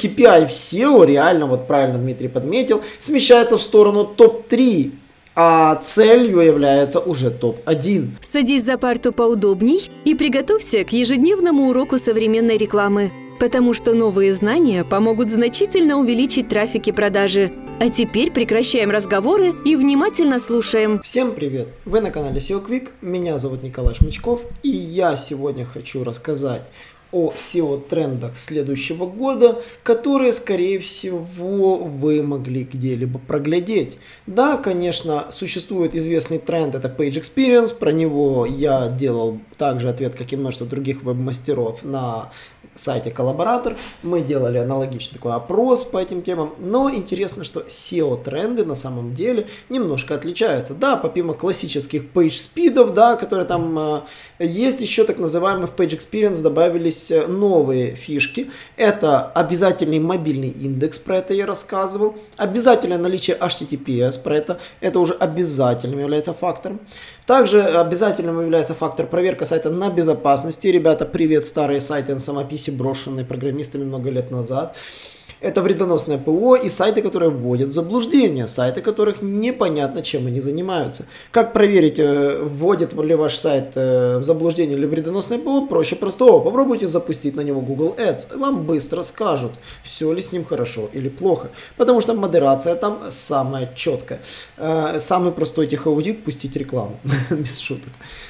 KPI в SEO, реально, вот правильно Дмитрий подметил, смещается в сторону топ-3, а целью является уже топ-1. Садись за парту поудобней и приготовься к ежедневному уроку современной рекламы, потому что новые знания помогут значительно увеличить трафик и продажи. А теперь прекращаем разговоры и внимательно слушаем. Всем привет! Вы на канале SEO Quick, меня зовут Николай Шмычков, и я сегодня хочу рассказать о SEO-трендах следующего года, которые, скорее всего, вы могли где-либо проглядеть. Да, конечно, существует известный тренд, это Page Experience, про него я делал также ответ, как и множество других веб-мастеров на сайте Коллаборатор. Мы делали аналогичный такой опрос по этим темам, но интересно, что SEO-тренды на самом деле немножко отличаются. Да, помимо классических page-спидов, да, которые там есть еще так называемый в Page Experience добавились новые фишки. Это обязательный мобильный индекс, про это я рассказывал. Обязательное наличие HTTPS, про это уже обязательным является фактором. Также обязательным является фактор проверка сайта на безопасности. Ребята, привет, старые сайты на самописи, брошенные программистами много лет назад. Это вредоносное ПО и сайты, которые вводят в заблуждение, сайты, которых непонятно, чем они занимаются. Как проверить, вводит ли ваш сайт в заблуждение или вредоносное ПО? Проще простого. Попробуйте запустить на него Google Ads. Вам быстро скажут, все ли с ним хорошо или плохо. Потому что модерация там самая четкая. Самый простой техаудит — пустить рекламу. Без шуток.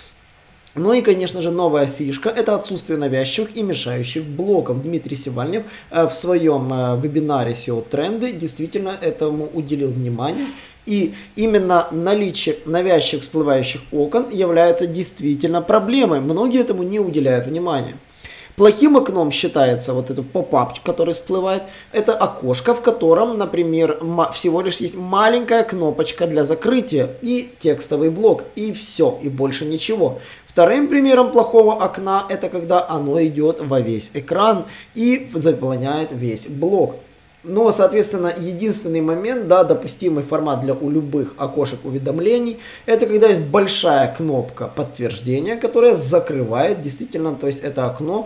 Ну и, конечно же, новая фишка – это отсутствие навязчивых и мешающих блоков. Дмитрий Севальнев в своем вебинаре SEO-тренды действительно этому уделил внимание. И именно наличие навязчивых всплывающих окон является действительно проблемой. Многие этому не уделяют внимания. Плохим окном считается вот этот поп-ап, который всплывает. Это окошко, в котором, например, всего лишь есть маленькая кнопочка для закрытия и текстовый блок. И все, и больше ничего. Вторым примером плохого окна — это когда оно идет во весь экран и заполняет весь блок. Но, соответственно, единственный момент, да, допустимый формат для у любых окошек уведомлений, это когда есть большая кнопка подтверждения, которая закрывает действительно, то есть это окно,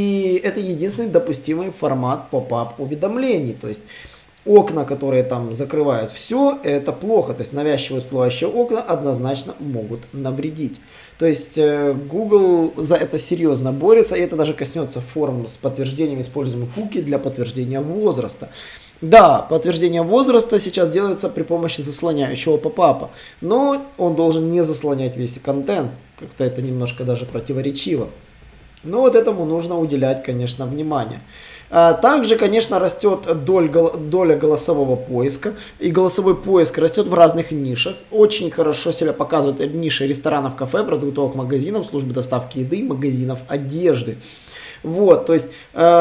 и это единственный допустимый формат поп-ап уведомлений, то есть окна, которые там закрывают все, это плохо. То есть навязчивые всплывающие окна однозначно могут навредить. То есть Google за это серьезно борется, и это даже коснется форм с подтверждением используемых куки для подтверждения возраста. Да, подтверждение возраста сейчас делается при помощи заслоняющего попапа, но он должен не заслонять весь контент. Как-то это немножко даже противоречиво. Но вот этому нужно уделять, конечно, внимание. Также, конечно, растет доля голосового поиска. И голосовой поиск растет в разных нишах. Очень хорошо себя показывают ниши ресторанов, кафе, продуктовых магазинов, службы доставки еды, магазинов одежды. Вот, то есть,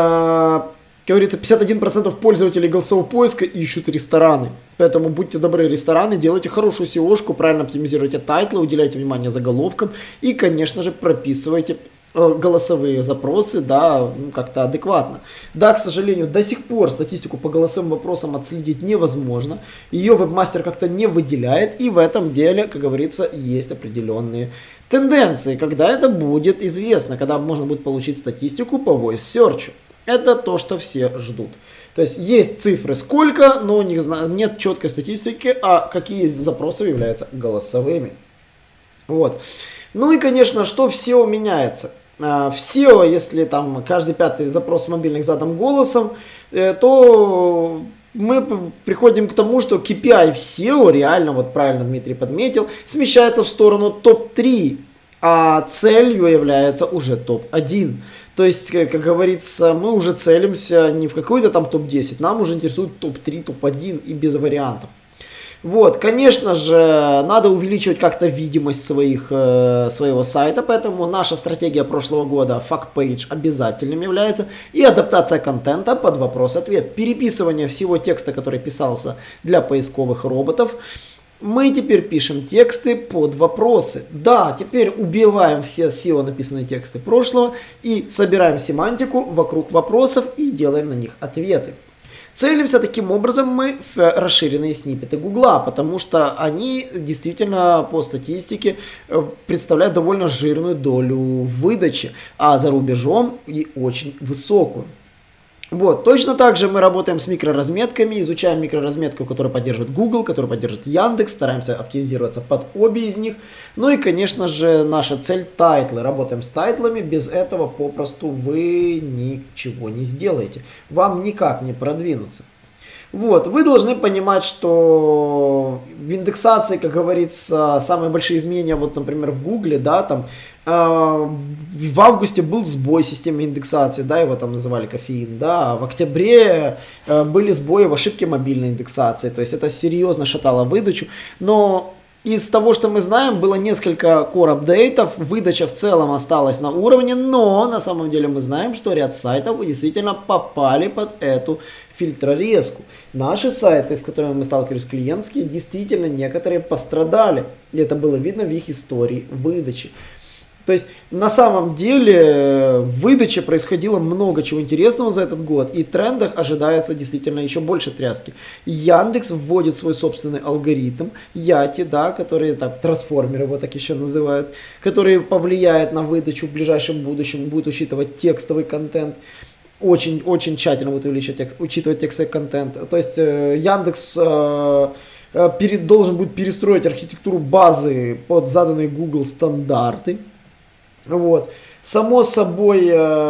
как говорится, 51% пользователей голосового поиска ищут рестораны. Поэтому будьте добры, рестораны, делайте хорошую SEO-шку, правильно оптимизируйте тайтлы, уделяйте внимание заголовкам и, конечно же, прописывайте голосовые запросы, да, как-то адекватно. Да, к сожалению, до сих пор статистику по голосовым вопросам отследить невозможно. Ее вебмастер как-то не выделяет, и в этом деле, как говорится, есть определенные тенденции, когда это будет известно, когда можно будет получить статистику по voice search. Это то, что все ждут. То есть цифры сколько, но нет четкой статистики, а какие запросы являются голосовыми. Вот. Ну и, конечно, что в SEO меняется? В SEO, если там каждый пятый запрос мобильных задан голосом, то мы приходим к тому, что KPI в SEO, реально, вот правильно Дмитрий подметил, смещается в сторону топ-3, а целью является уже топ-1. То есть, как говорится, мы уже целимся не в какой-то там топ-10, нам уже интересует топ-3, топ-1 и без вариантов. Вот, конечно же, надо увеличивать как-то видимость своего сайта, поэтому наша стратегия прошлого года FAQ-Page обязательным является, и адаптация контента под вопрос-ответ, переписывание всего текста, который писался для поисковых роботов. Мы теперь пишем тексты под вопросы. Да, теперь убиваем все SEO написанные тексты прошлого и собираем семантику вокруг вопросов и делаем на них ответы. Целимся таким образом мы в расширенные сниппеты Гугла, потому что они действительно по статистике представляют довольно жирную долю выдачи, а за рубежом и очень высокую. Вот, точно так же мы работаем с микроразметками, изучаем микроразметку, которую поддерживает Google, которую поддерживает Яндекс, стараемся оптимизироваться под обе из них. Ну и, конечно же, наша цель тайтлы. Работаем с тайтлами, без этого попросту вы ничего не сделаете. Вам никак не продвинуться. Вот, вы должны понимать, что в индексации, как говорится, самые большие изменения, вот, например, в Гугле, да, там, в августе был сбой системы индексации, да, его там называли кофеин, да, в октябре были сбои в ошибке мобильной индексации, то есть это серьезно шатало выдачу, но из того, что мы знаем, было несколько core-апдейтов, выдача в целом осталась на уровне, но на самом деле мы знаем, что ряд сайтов действительно попали под эту фильтрорезку. Наши сайты, с которыми мы сталкивались, клиентские, действительно некоторые пострадали, и это было видно в их истории выдачи. То есть на самом деле в выдаче происходило много чего интересного за этот год, и в трендах ожидается действительно еще больше тряски. Яндекс вводит свой собственный алгоритм, Яти, да, который так, трансформеры его так еще называют, который повлияет на выдачу в ближайшем будущем, будет учитывать текстовый контент. Очень тщательно будет учитывать текстовый контент. То есть Яндекс должен будет перестроить архитектуру базы под заданные Google стандарты. Вот. Само собой,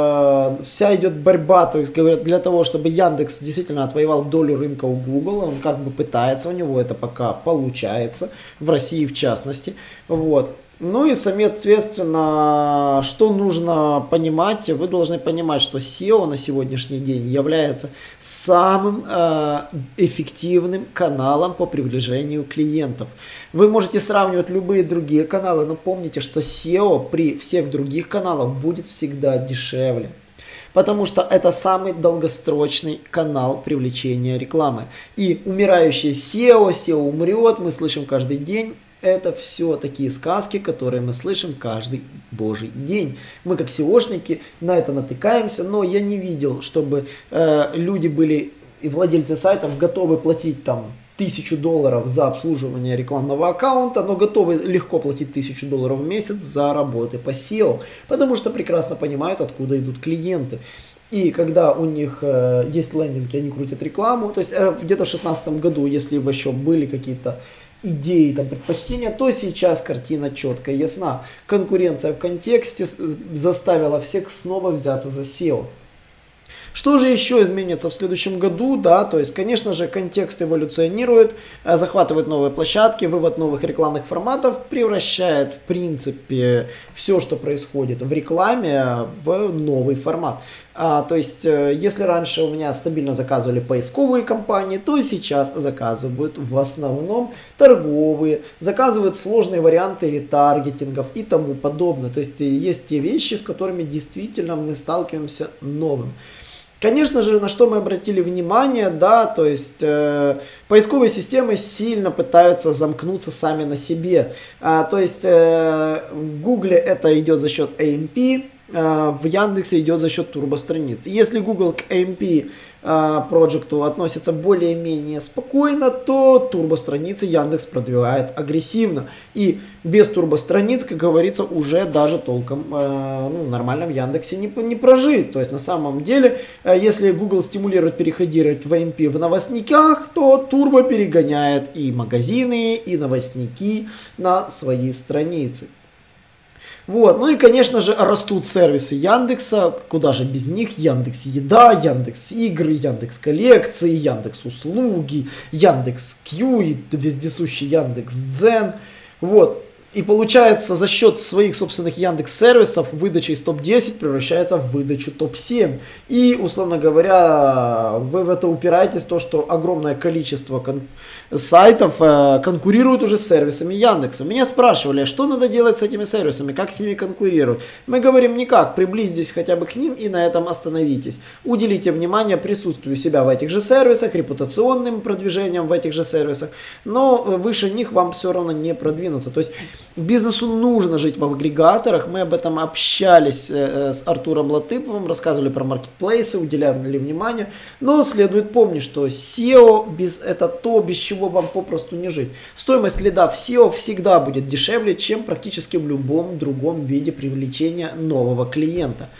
вся идет борьба, то есть, говорят, для того, чтобы Яндекс действительно отвоевал долю рынка у Google, он как бы пытается, у него это пока получается, в России в частности, вот. Ну и, соответственно, что нужно понимать, вы должны понимать, что SEO на сегодняшний день является самым эффективным каналом по привлечению клиентов. Вы можете сравнивать любые другие каналы, но помните, что SEO при всех других каналах будет всегда дешевле. Потому что это самый долгосрочный канал привлечения рекламы. И умирающее SEO умрет, мы слышим каждый день. Это все такие сказки, которые мы слышим каждый божий день. Мы как SEOшники на это натыкаемся, но я не видел, чтобы люди были и владельцы сайтов готовы платить там $1000 за обслуживание рекламного аккаунта, но готовы легко платить $1000 в месяц за работы по SEO, потому что прекрасно понимают, откуда идут клиенты. И когда у них есть лендинги, они крутят рекламу, то есть где-то в 2016 году, если бы еще были какие-то идеи, там, предпочтения, то сейчас картина четкая, ясна. Конкуренция в контексте заставила всех снова взяться за SEO. Что же еще изменится в следующем году? Да, то есть, конечно же, контекст эволюционирует, захватывает новые площадки, вывод новых рекламных форматов превращает, в принципе, все, что происходит в рекламе, в новый формат. То есть, если раньше у меня стабильно заказывали поисковые компании, то сейчас заказывают в основном торговые, заказывают сложные варианты ретаргетингов и тому подобное. То есть, есть те вещи, с которыми действительно мы сталкиваемся новым. Конечно же, на что мы обратили внимание, да, то есть поисковые системы сильно пытаются замкнуться сами на себе. То есть в Гугле это идет за счет AMP, в Яндексе идет за счет турбостраниц. Если Google к AMP проекту относится более-менее спокойно, то турбостраницы Яндекс продвигает агрессивно. И без турбостраниц, как говорится, уже даже толком нормально в Яндексе не прожить. То есть на самом деле, если Google стимулирует переходить в AMP в новостниках, то турбо перегоняет и магазины, и новостники на свои страницы. Вот, ну и, конечно же, растут сервисы Яндекса, куда же без них, Яндекс.Еда, Яндекс.Игры, Яндекс.Коллекции, Яндекс.Услуги, Яндекс.Кью и вездесущий Яндекс.Дзен, вот. И получается, за счет своих собственных Яндекс-сервисов выдача из топ-10 превращается в выдачу топ-7. И, условно говоря, вы в это упираетесь, то, что огромное количество сайтов конкурируют уже с сервисами Яндекса. Меня спрашивали, что надо делать с этими сервисами, как с ними конкурировать. Мы говорим никак, приблизьтесь хотя бы к ним и на этом остановитесь. Уделите внимание присутствию себя в этих же сервисах, репутационным продвижением в этих же сервисах, но выше них вам все равно не продвинуться. То есть бизнесу нужно жить в агрегаторах. Мы об этом общались с Артуром Латыповым, рассказывали про маркетплейсы, уделяли внимание. Но следует помнить, что SEO это то, без чего вам попросту не жить. Стоимость лида в SEO всегда будет дешевле, чем практически в любом другом виде привлечения нового клиента.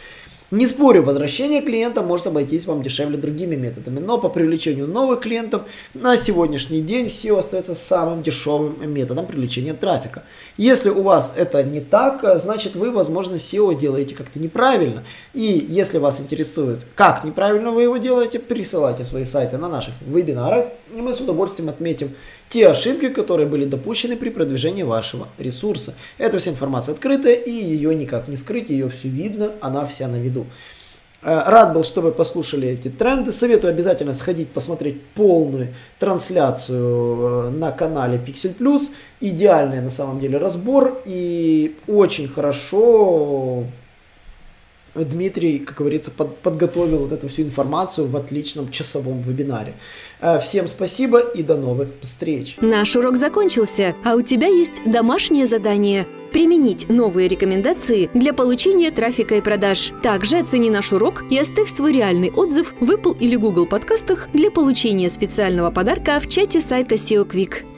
Не спорю, возвращение клиента может обойтись вам дешевле другими методами, но по привлечению новых клиентов на сегодняшний день SEO остается самым дешевым методом привлечения трафика. Если у вас это не так, значит вы, возможно, SEO делаете как-то неправильно. И если вас интересует, как неправильно вы его делаете, присылайте свои сайты на наших вебинарах, и мы с удовольствием отметим те ошибки, которые были допущены при продвижении вашего ресурса. Эта вся информация открытая, и ее никак не скрыть, ее все видно, она вся на виду. Рад был, что вы послушали эти тренды. Советую обязательно сходить посмотреть полную трансляцию на канале Pixel Plus. Идеальный на самом деле разбор, и очень хорошо Дмитрий, как говорится, подготовил вот эту всю информацию в отличном часовом вебинаре. Всем спасибо и до новых встреч. Наш урок закончился, а у тебя есть домашнее задание – применить новые рекомендации для получения трафика и продаж. Также оцени наш урок и оставь свой реальный отзыв в Apple или Google подкастах для получения специального подарка в чате сайта SEO Quick.